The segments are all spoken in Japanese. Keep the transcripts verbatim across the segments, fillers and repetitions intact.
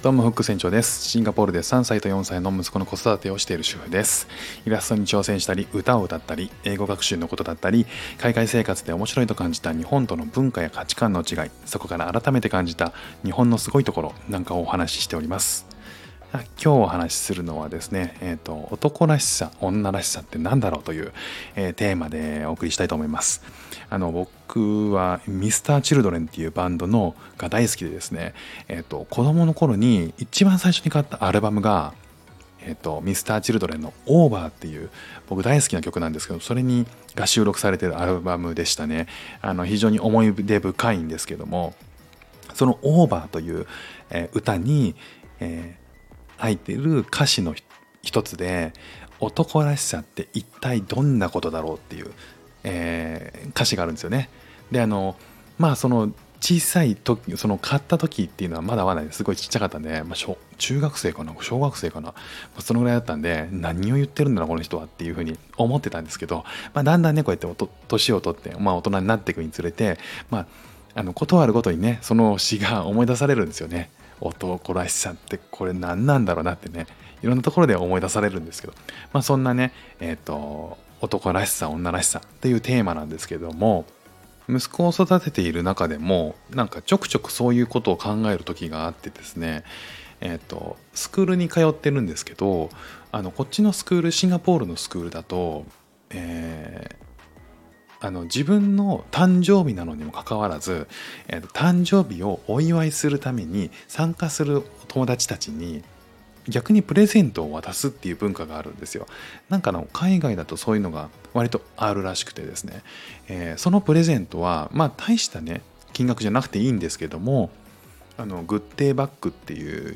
どうもフック船長です。シンガポールでさんさいとよんさいの息子の子育てをしている主婦です。イラストに挑戦したり、歌を歌ったり、英語学習のことだったり、海外生活で面白いと感じた日本との文化や価値観の違い、そこから改めて感じた日本のすごいところなんかをお話ししております。今日お話しするのはですね、えーと、男らしさ、女らしさって何だろうという、えー、テーマでお送りしたいと思います。あの僕はミスターチルドレンっていうバンドのが大好きでですね、えーと、子供の頃に一番最初に買ったアルバムが、えーと、ミスターチルドレンのオーバーっていう僕大好きな曲なんですけど、それにが収録されているアルバムでしたね。あの非常に思い出深いんですけども、そのオーバーという、えー、歌に、えー入っている歌詞の一つで、男らしさって一体どんなことだろうっていう、えー、歌詞があるんですよね。であのまあその小さい時、その買った時っていうのはまだまだすごいちっちゃかったんで、まあ、小中学生かな小学生かな、まあ、そのぐらいだったんで、何を言ってるんだろうこの人はっていうふうに思ってたんですけど、まあ、だんだんねこうやって年を取って、まあ、大人になっていくにつれて、まあ、あのことあるごとにねその詩が思い出されるんですよね。男らしさってこれ何なんだろうなってね、いろんなところで思い出されるんですけど、まあそんなね、えっと、男らしさ、女らしさっていうテーマなんですけども、息子を育てている中でも、なんかちょくちょくそういうことを考える時があってですね、えっと、スクールに通ってるんですけど、あの、こっちのスクール、シンガポールのスクールだと、えーあの自分の誕生日なのにもかかわらず、えー、誕生日をお祝いするために参加する友達たちに逆にプレゼントを渡すっていう文化があるんですよ。なんかの海外だとそういうのが割とあるらしくてですね、えーそのプレゼントはまあ大したね金額じゃなくていいんですけども、あのグッデイバッグって言って、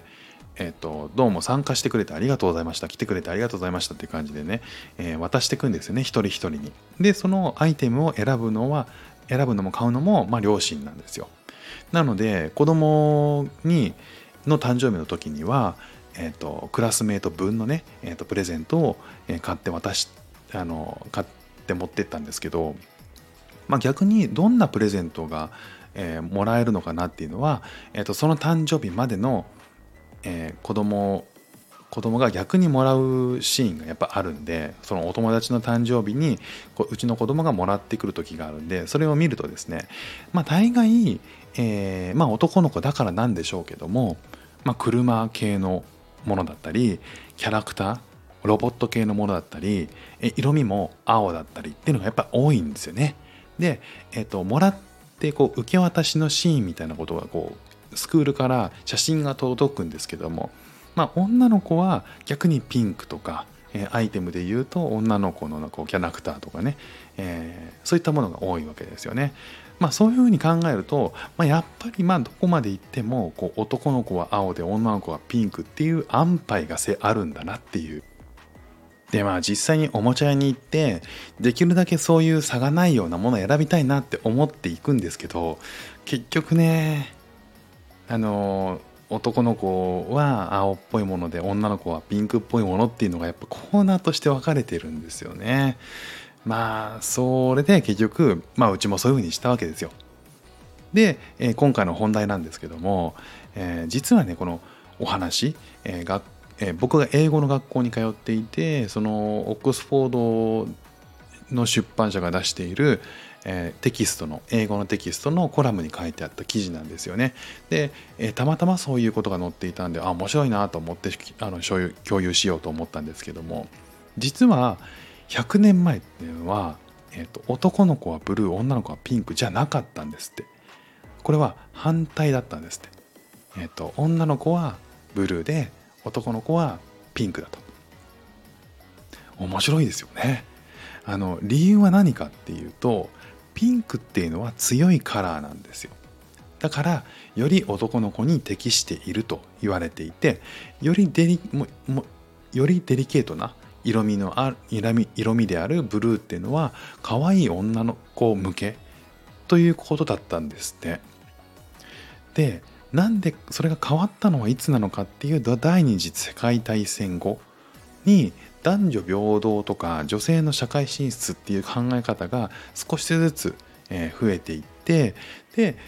えっと、どうも参加してくれてありがとうございました、来てくれてありがとうございましたっていう感じでね、えー渡していくんですよね、一人一人に。でそのアイテムを選ぶのは選ぶのも買うのも、まあ、両親なんですよ。なので子供にの誕生日の時には、えーと、クラスメート分のね、えーと、プレゼントを買って渡しあの買って持ってったんですけど、まあ、逆にどんなプレゼントが、えーもらえるのかなっていうのは、えーと、その誕生日までの、えー子供子供が逆にもらうシーンがやっぱあるんで、そのお友達の誕生日にこううちの子供がもらってくる時があるんで、それを見るとですね、まあ大概、えーまあ男の子だからなんでしょうけども、まあ車系のものだったり、キャラクターロボット系のものだったり、え色味も青だったりっていうのがやっぱ多いんですよね。で、えっともらってこう受け渡しのシーンみたいなことがこうスクールから写真が届くんですけども、まあ女の子は逆にピンクとか、えーアイテムで言うと女の子のこうキャラクターとかね、えーそういったものが多いわけですよね。まあそういうふうに考えると、まあ、やっぱりまあどこまで行ってもこう男の子は青で女の子はピンクっていう安牌がせあるんだなっていう。でまあ実際におもちゃ屋に行ってできるだけそういう差がないようなものを選びたいなって思っていくんですけど、結局ね、あの男の子は青っぽいもので女の子はピンクっぽいものっていうのがやっぱコーナーとして分かれてるんですよね。まあそれで結局まあうちもそういう風にしたわけですよ。で、えー今回の本題なんですけども、えー実はねこのお話、えーがえー僕が英語の学校に通っていて、そのオックスフォードの出版社が出している、えーテキストの英語のテキストのコラムに書いてあった記事なんですよね。で、えーたまたまそういうことが載っていたんで、あ面白いなと思ってあの共有共有しようと思ったんですけども、実はひゃくねんまえっていうのは、えーと男の子はブルー女の子はピンクじゃなかったんですって。これは反対だったんですって。えっと女の子はブルーで男の子はピンクだと。面白いですよね。あの理由は何かっていうと、ピンクっていうのは強いカラーなんですよ。だからより男の子に適していると言われていて、よりデリももよりデリケートな色味のあ色味色味であるブルーっていうのは可愛い女の子向けということだったんですって。で、なんでそれが変わったのはいつなのかっていうと、第二次世界大戦後に男女平等とか女性の社会進出っていう考え方が少しずつえー増えていって、で、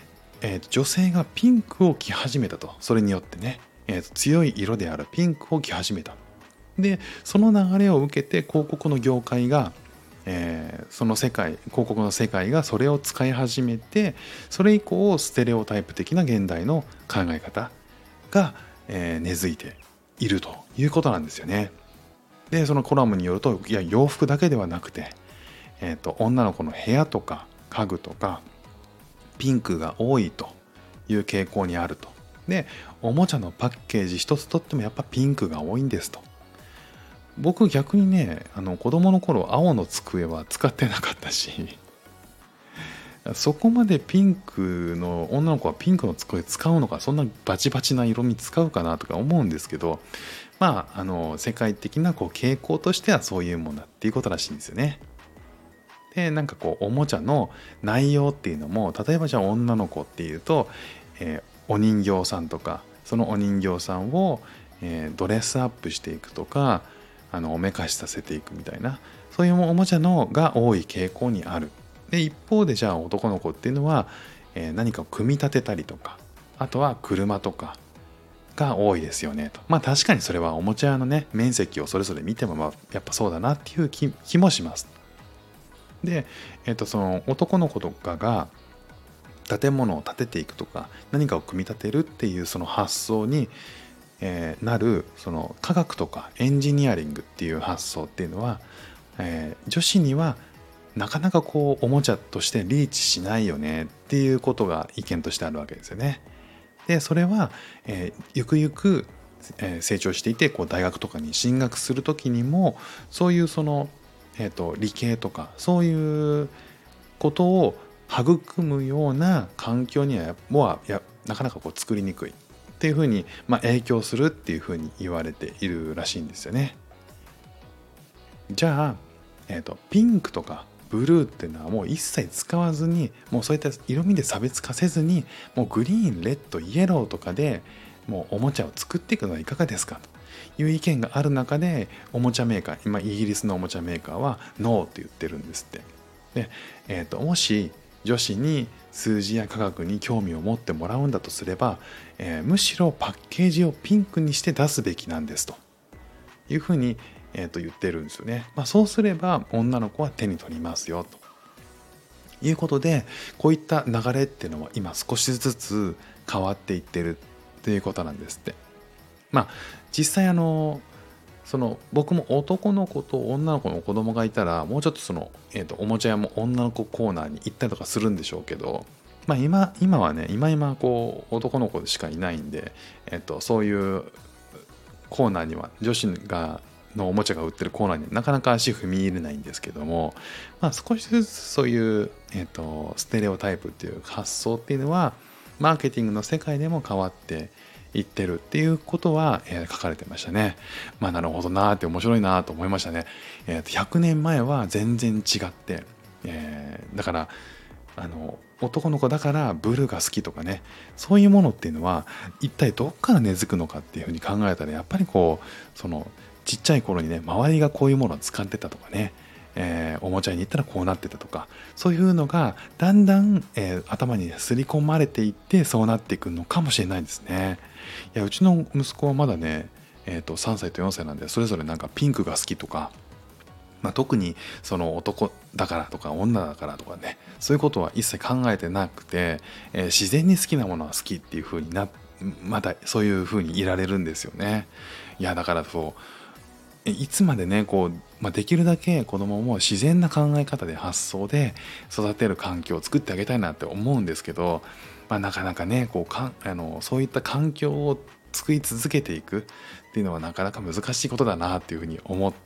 えーと女性がピンクを着始めたと。それによってね、えーと強い色であるピンクを着始めた。でその流れを受けて広告の業界が、えーその世界広告の世界がそれを使い始めて、それ以降ステレオタイプ的な現代の考え方が、えー根付いているということなんですよね。でそのコラムによると、いや洋服だけではなくて、えーと女の子の部屋とか家具とかピンクが多いという傾向にあると。でおもちゃのパッケージ一つとってもやっぱピンクが多いんですと。僕逆にね、あの子供の頃青の机は使ってなかったしそこまでピンクの女の子はピンクの机使うのか、そんなバチバチな色味使うかなとか思うんですけど、まああの世界的なこう傾向としてはそういうもんだっていうことらしいんですよね。でなんかこうおもちゃの内容っていうのも、例えばじゃあ女の子っていうと、えーお人形さんとか、そのお人形さんを、えードレスアップしていくとか、あのおめかしさせていくみたいな、そういうおもちゃのが多い傾向にある。で一方でじゃあ男の子っていうのは、えー何かを組み立てたりとか、あとは車とかが多いですよねと。まあ確かにそれはおもちゃ屋のね面積をそれぞれ見ても、まあやっぱそうだなっていう気気もします。で、えっとその男の子とかが建物を建てていくとか、何かを組み立てるっていうその発想に、えーなるその科学とかエンジニアリングっていう発想っていうのは、えー女子にはなかなかこうおもちゃとしてリーチしないよねっていうことが意見としてあるわけですよね。でそれは、えーゆくゆく、えー成長していてこう大学とかに進学する時にも、そういうその、えーと理系とかそういうことを育むような環境にはもうやなかなかこう作りにくいっていうふうに、まあ、影響するっていうふうに言われているらしいんですよね。じゃあ、えーと、ピンクとかブルーっていうのはもう一切使わずに、もうそういった色味で差別化せずに、もうグリーン、レッド、イエローとかでもうおもちゃを作っていくのはいかがですかという意見がある中で、おもちゃメーカー、今イギリスのおもちゃメーカーはノーって言ってるんですって。で、えーと、もし女子に数字や科学に興味を持ってもらうんだとすれば、えーむしろパッケージをピンクにして出すべきなんですというふうに、えーと言ってるんですよね。まあ、そうすれば女の子は手に取りますよということで、こういった流れっていうのは今少しずつ変わっていってるっていうことなんですって。まあ実際あのその僕も男の子と女の子の子供がいたら、もうちょっとその、えーとおもちゃ屋も女の子コーナーに行ったりとかするんでしょうけど、まあ今今はね今今こう男の子しかいないんで、えーとそういうコーナーには女子がのおもちゃが売ってるコーナーにはなかなか足踏み入れないんですけども、まあ、少しずつそういう、えーとステレオタイプっていう発想っていうのはマーケティングの世界でも変わっていってるっていうことは、えー書かれてましたね。まあなるほどなーって面白いなーと思いましたね。えーとひゃくねんまえは全然違って、えーだからあの男の子だからブルーが好きとかね、そういうものっていうのは一体どっから根付くのかっていうふうに考えたら、やっぱりこうそのちっちゃい頃にね周りがこういうものを使ってたとかね、えーおもちゃに行ったらこうなってたとか、そういうのがだんだん、えー頭に刷り込まれていってそうなっていくのかもしれないですね。いやうちの息子はまだね、えー、とさんさいとよんさいなんで、それぞれなんかピンクが好きとか、まあ、特にその男だからとか女だからとかね、そういうことは一切考えてなくて、えー自然に好きなものは好きっていう風になまだそういう風にいられるんですよね。いやだからそうえいつまでねこう、まあ、できるだけ子供も自然な考え方で発想で育てる環境を作ってあげたいなって思うんですけど、まあ、なかなかねこうかあのそういった環境を作り続けていくっていうのはなかなか難しいことだなっていうふうに思って、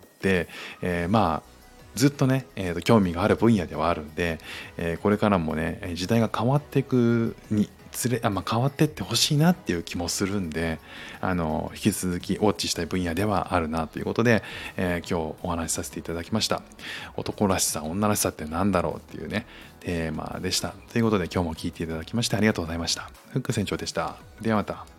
えーまあずっとね、えーと興味がある分野ではあるんで、えーこれからもねえー時代が変わっていくにつれあ、まあ、変わっていってほしいなっていう気もするんで、あの引き続きウォッチしたい分野ではあるなということで、えー今日お話しさせていただきました。男らしさ女らしさって何だろうっていうねテーマでした。ということで今日も聞いていただきましてありがとうございました。フック船長でした。ではまた。